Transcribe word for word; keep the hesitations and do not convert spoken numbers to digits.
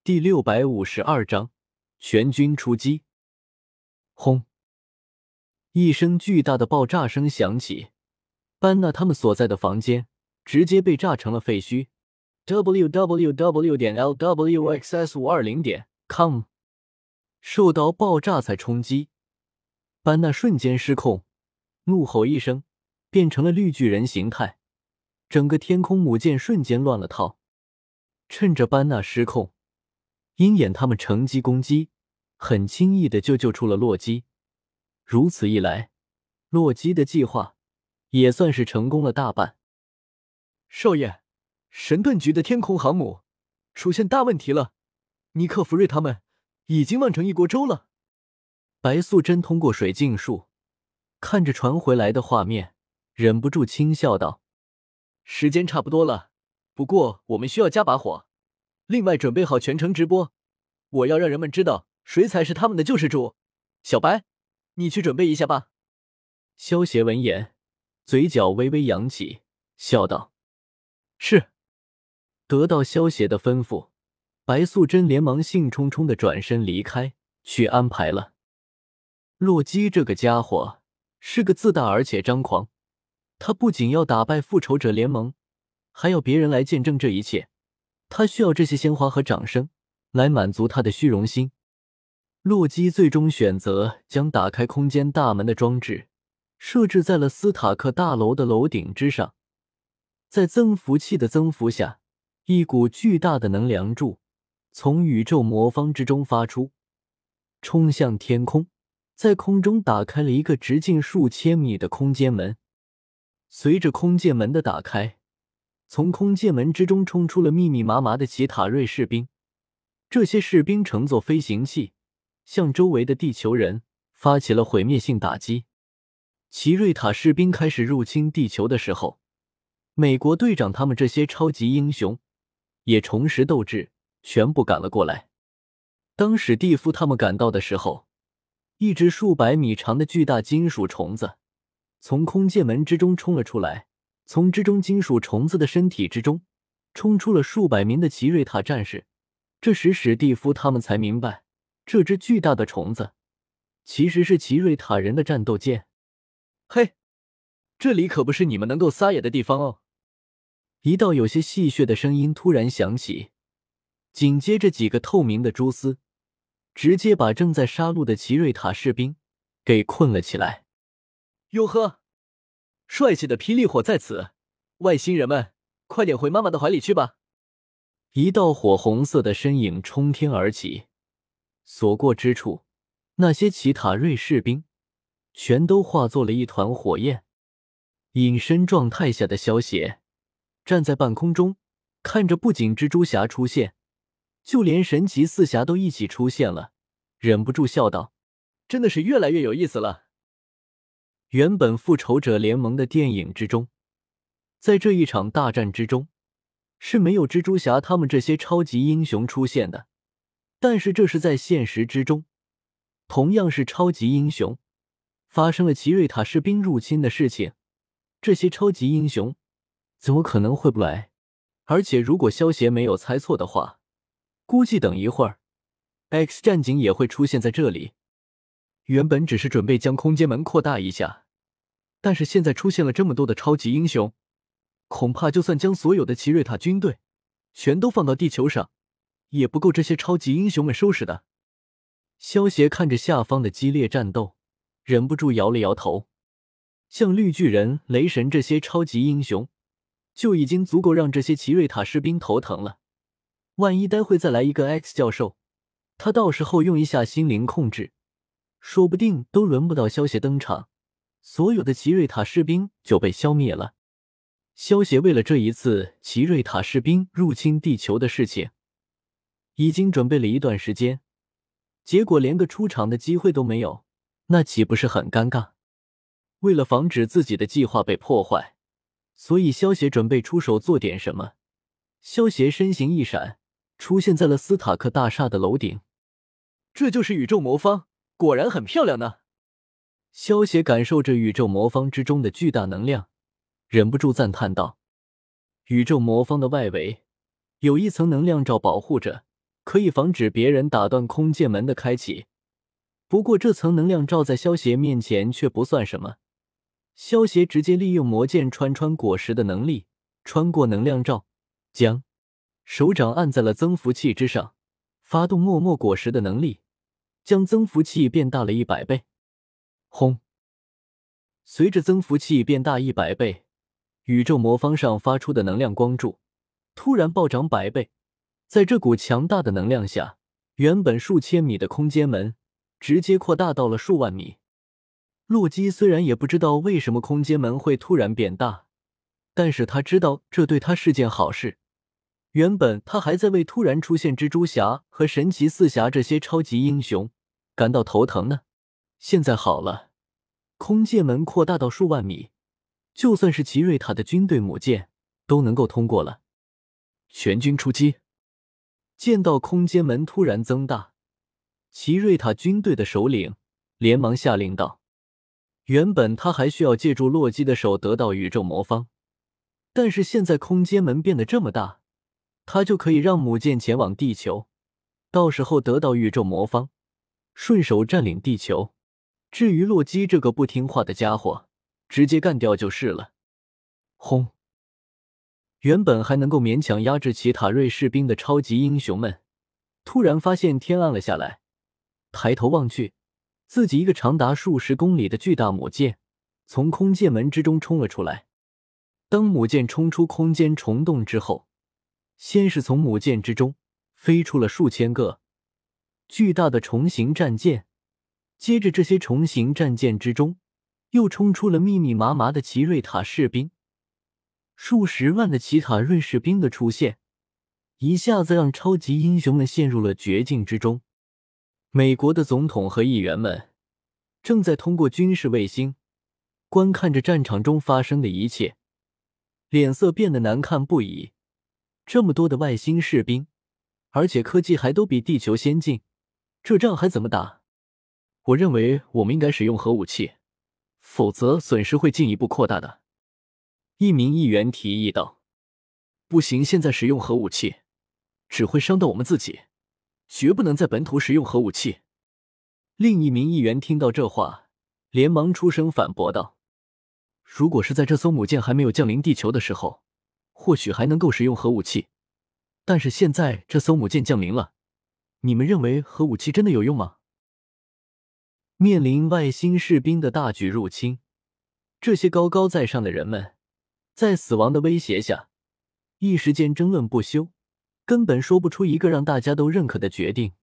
第六百五十二章全军出击。轰！一声巨大的爆炸声响起，班纳他们所在的房间直接被炸成了废墟。double-u double-u double-u 点 l w x s 五二零点 com 受到爆炸才冲击，班纳瞬间失控，怒吼一声，变成了绿巨人形态，整个天空母舰瞬间乱了套。趁着班纳失控，鹰眼他们乘机攻击，很轻易的就救出了洛基。如此一来，洛基的计划也算是成功了大半。 少爷，神盾局的天空航母出现大问题了，尼克弗瑞他们已经忘成一锅粥了。 白素贞通过水镜术看着传回来的画面，忍不住轻笑道： 时间差不多了，不过我们需要加把火，另外准备好全程直播，我要让人们知道谁才是他们的救世主。小白，你去准备一下吧。 萧协闻言，嘴角微微扬起，笑道： 是。 得到萧协的吩咐，白素贞连忙兴冲冲地转身离开，去安排了。洛基这个家伙是个自大而且张狂，他不仅要打败复仇者联盟，还要别人来见证这一切，他需要这些鲜花和掌声来满足他的虚荣心。洛基最终选择将打开空间大门的装置设置在了斯塔克大楼的楼顶之上，在增幅器的增幅下，一股巨大的能量柱从宇宙魔方之中发出，冲向天空，在空中打开了一个直径数千米的空间门。随着空间门的打开，从空间门之中冲出了密密麻麻的奇塔瑞士兵，这些士兵乘坐飞行器向周围的地球人发起了毁灭性打击。奇瑞塔士兵开始入侵地球的时候，美国队长他们这些超级英雄也重拾斗志，全部赶了过来。当史蒂夫他们赶到的时候，一只数百米长的巨大金属虫子从空间门之中冲了出来，从之中金属虫子的身体之中冲出了数百名的奇瑞塔战士。这时史蒂夫他们才明白，这只巨大的虫子其实是奇瑞塔人的战斗舰。 嘿，这里可不是你们能够撒野的地方哦。 一道有些戏谑的声音突然响起，紧接着几个透明的蛛丝直接把正在杀戮的奇瑞塔士兵给困了起来。 哟呵，帅气的霹雳火在此，外星人们快点回妈妈的怀里去吧。 一道火红色的身影冲天而起，所过之处，那些奇塔瑞士兵全都化作了一团火焰。隐身状态下的萧协站在半空中，看着不仅蜘蛛侠出现，就连神奇四侠都一起出现了，忍不住笑道： 真的是越来越有意思了。 原本复仇者联盟的电影之中，在这一场大战之中是没有蜘蛛侠他们这些超级英雄出现的，但是这是在现实之中，同样是超级英雄，发生了奇瑞塔士兵入侵的事情，这些超级英雄怎么可能会不来？而且如果萧协没有猜错的话，估计等一会儿 X 战警也会出现在这里。 原本只是准备将空间门扩大一下，但是现在出现了这么多的超级英雄，恐怕就算将所有的奇瑞塔军队全都放到地球上，也不够这些超级英雄们收拾的。 萧协看着下方的激烈战斗，忍不住摇了摇头。像绿巨人、雷神这些超级英雄就已经足够让这些奇瑞塔士兵头疼了，万一待会再来一个 X 教授，他到时候用一下心灵控制，说不定都轮不到萧协登场，所有的奇瑞塔士兵就被消灭了。萧协为了这一次奇瑞塔士兵入侵地球的事情已经准备了一段时间，结果连个出场的机会都没有，那岂不是很尴尬？为了防止自己的计划被破坏，所以萧协准备出手做点什么。萧协身形一闪，出现在了斯塔克大厦的楼顶。 这就是宇宙魔方，果然很漂亮呢。 萧协感受着宇宙魔方之中的巨大能量，忍不住赞叹道。宇宙魔方的外围有一层能量罩保护着， 可以防止别人打断空间门的开启。不过这层能量罩在萧协面前却不算什么，萧协直接利用魔剑穿穿果实的能力，穿过能量罩，将手掌按在了增幅器之上，发动默默果实的能力，将增幅器变大了一百倍。轰！随着增幅器变大一百倍，宇宙魔方上发出的能量光柱突然暴涨百倍。在这股强大的能量下，原本数千米的空间门直接扩大到了数万米。洛基虽然也不知道为什么空间门会突然变大，但是他知道这对他是件好事。原本他还在为突然出现蜘蛛侠和神奇四侠这些超级英雄感到头疼呢，现在好了，空间门扩大到数万米，就算是奇瑞塔的军队母舰都能够通过了。全军出击！见到空间门突然增大，奇瑞塔军队的首领连忙下令道。原本他还需要借助洛基的手得到宇宙魔方，但是现在空间门变得这么大，他就可以让母舰前往地球，到时候得到宇宙魔方，顺手占领地球。至于洛基这个不听话的家伙，直接干掉就是了。轰！原本还能够勉强压制奇塔瑞士兵的超级英雄们，突然发现天暗了下来，抬头望去，自己一个长达数十公里的巨大母舰从空间门之中冲了出来。当母舰冲出空间虫洞之后，先是从母舰之中飞出了数千个巨大的虫形战舰，接着这些虫形战舰之中又冲出了密密麻麻的奇瑞塔士兵。数十万的奇塔瑞士兵的出现，一下子让超级英雄们陷入了绝境之中。美国的总统和议员们正在通过军事卫星观看着战场中发生的一切，脸色变得难看不已。这么多的外星士兵，而且科技还都比地球先进，这仗还怎么打？我认为我们应该使用核武器，否则损失会进一步扩大的。一名议员提议道。不行，现在使用核武器只会伤到我们自己，绝不能在本土使用核武器。另一名议员听到这话，连忙出声反驳道。如果是在这艘母舰还没有降临地球的时候，或许还能够使用核武器，但是现在这艘母舰降临了，你们认为核武器真的有用吗？面临外星士兵的大举入侵，这些高高在上的人们在死亡的威胁下，一时间争论不休，根本说不出一个让大家都认可的决定。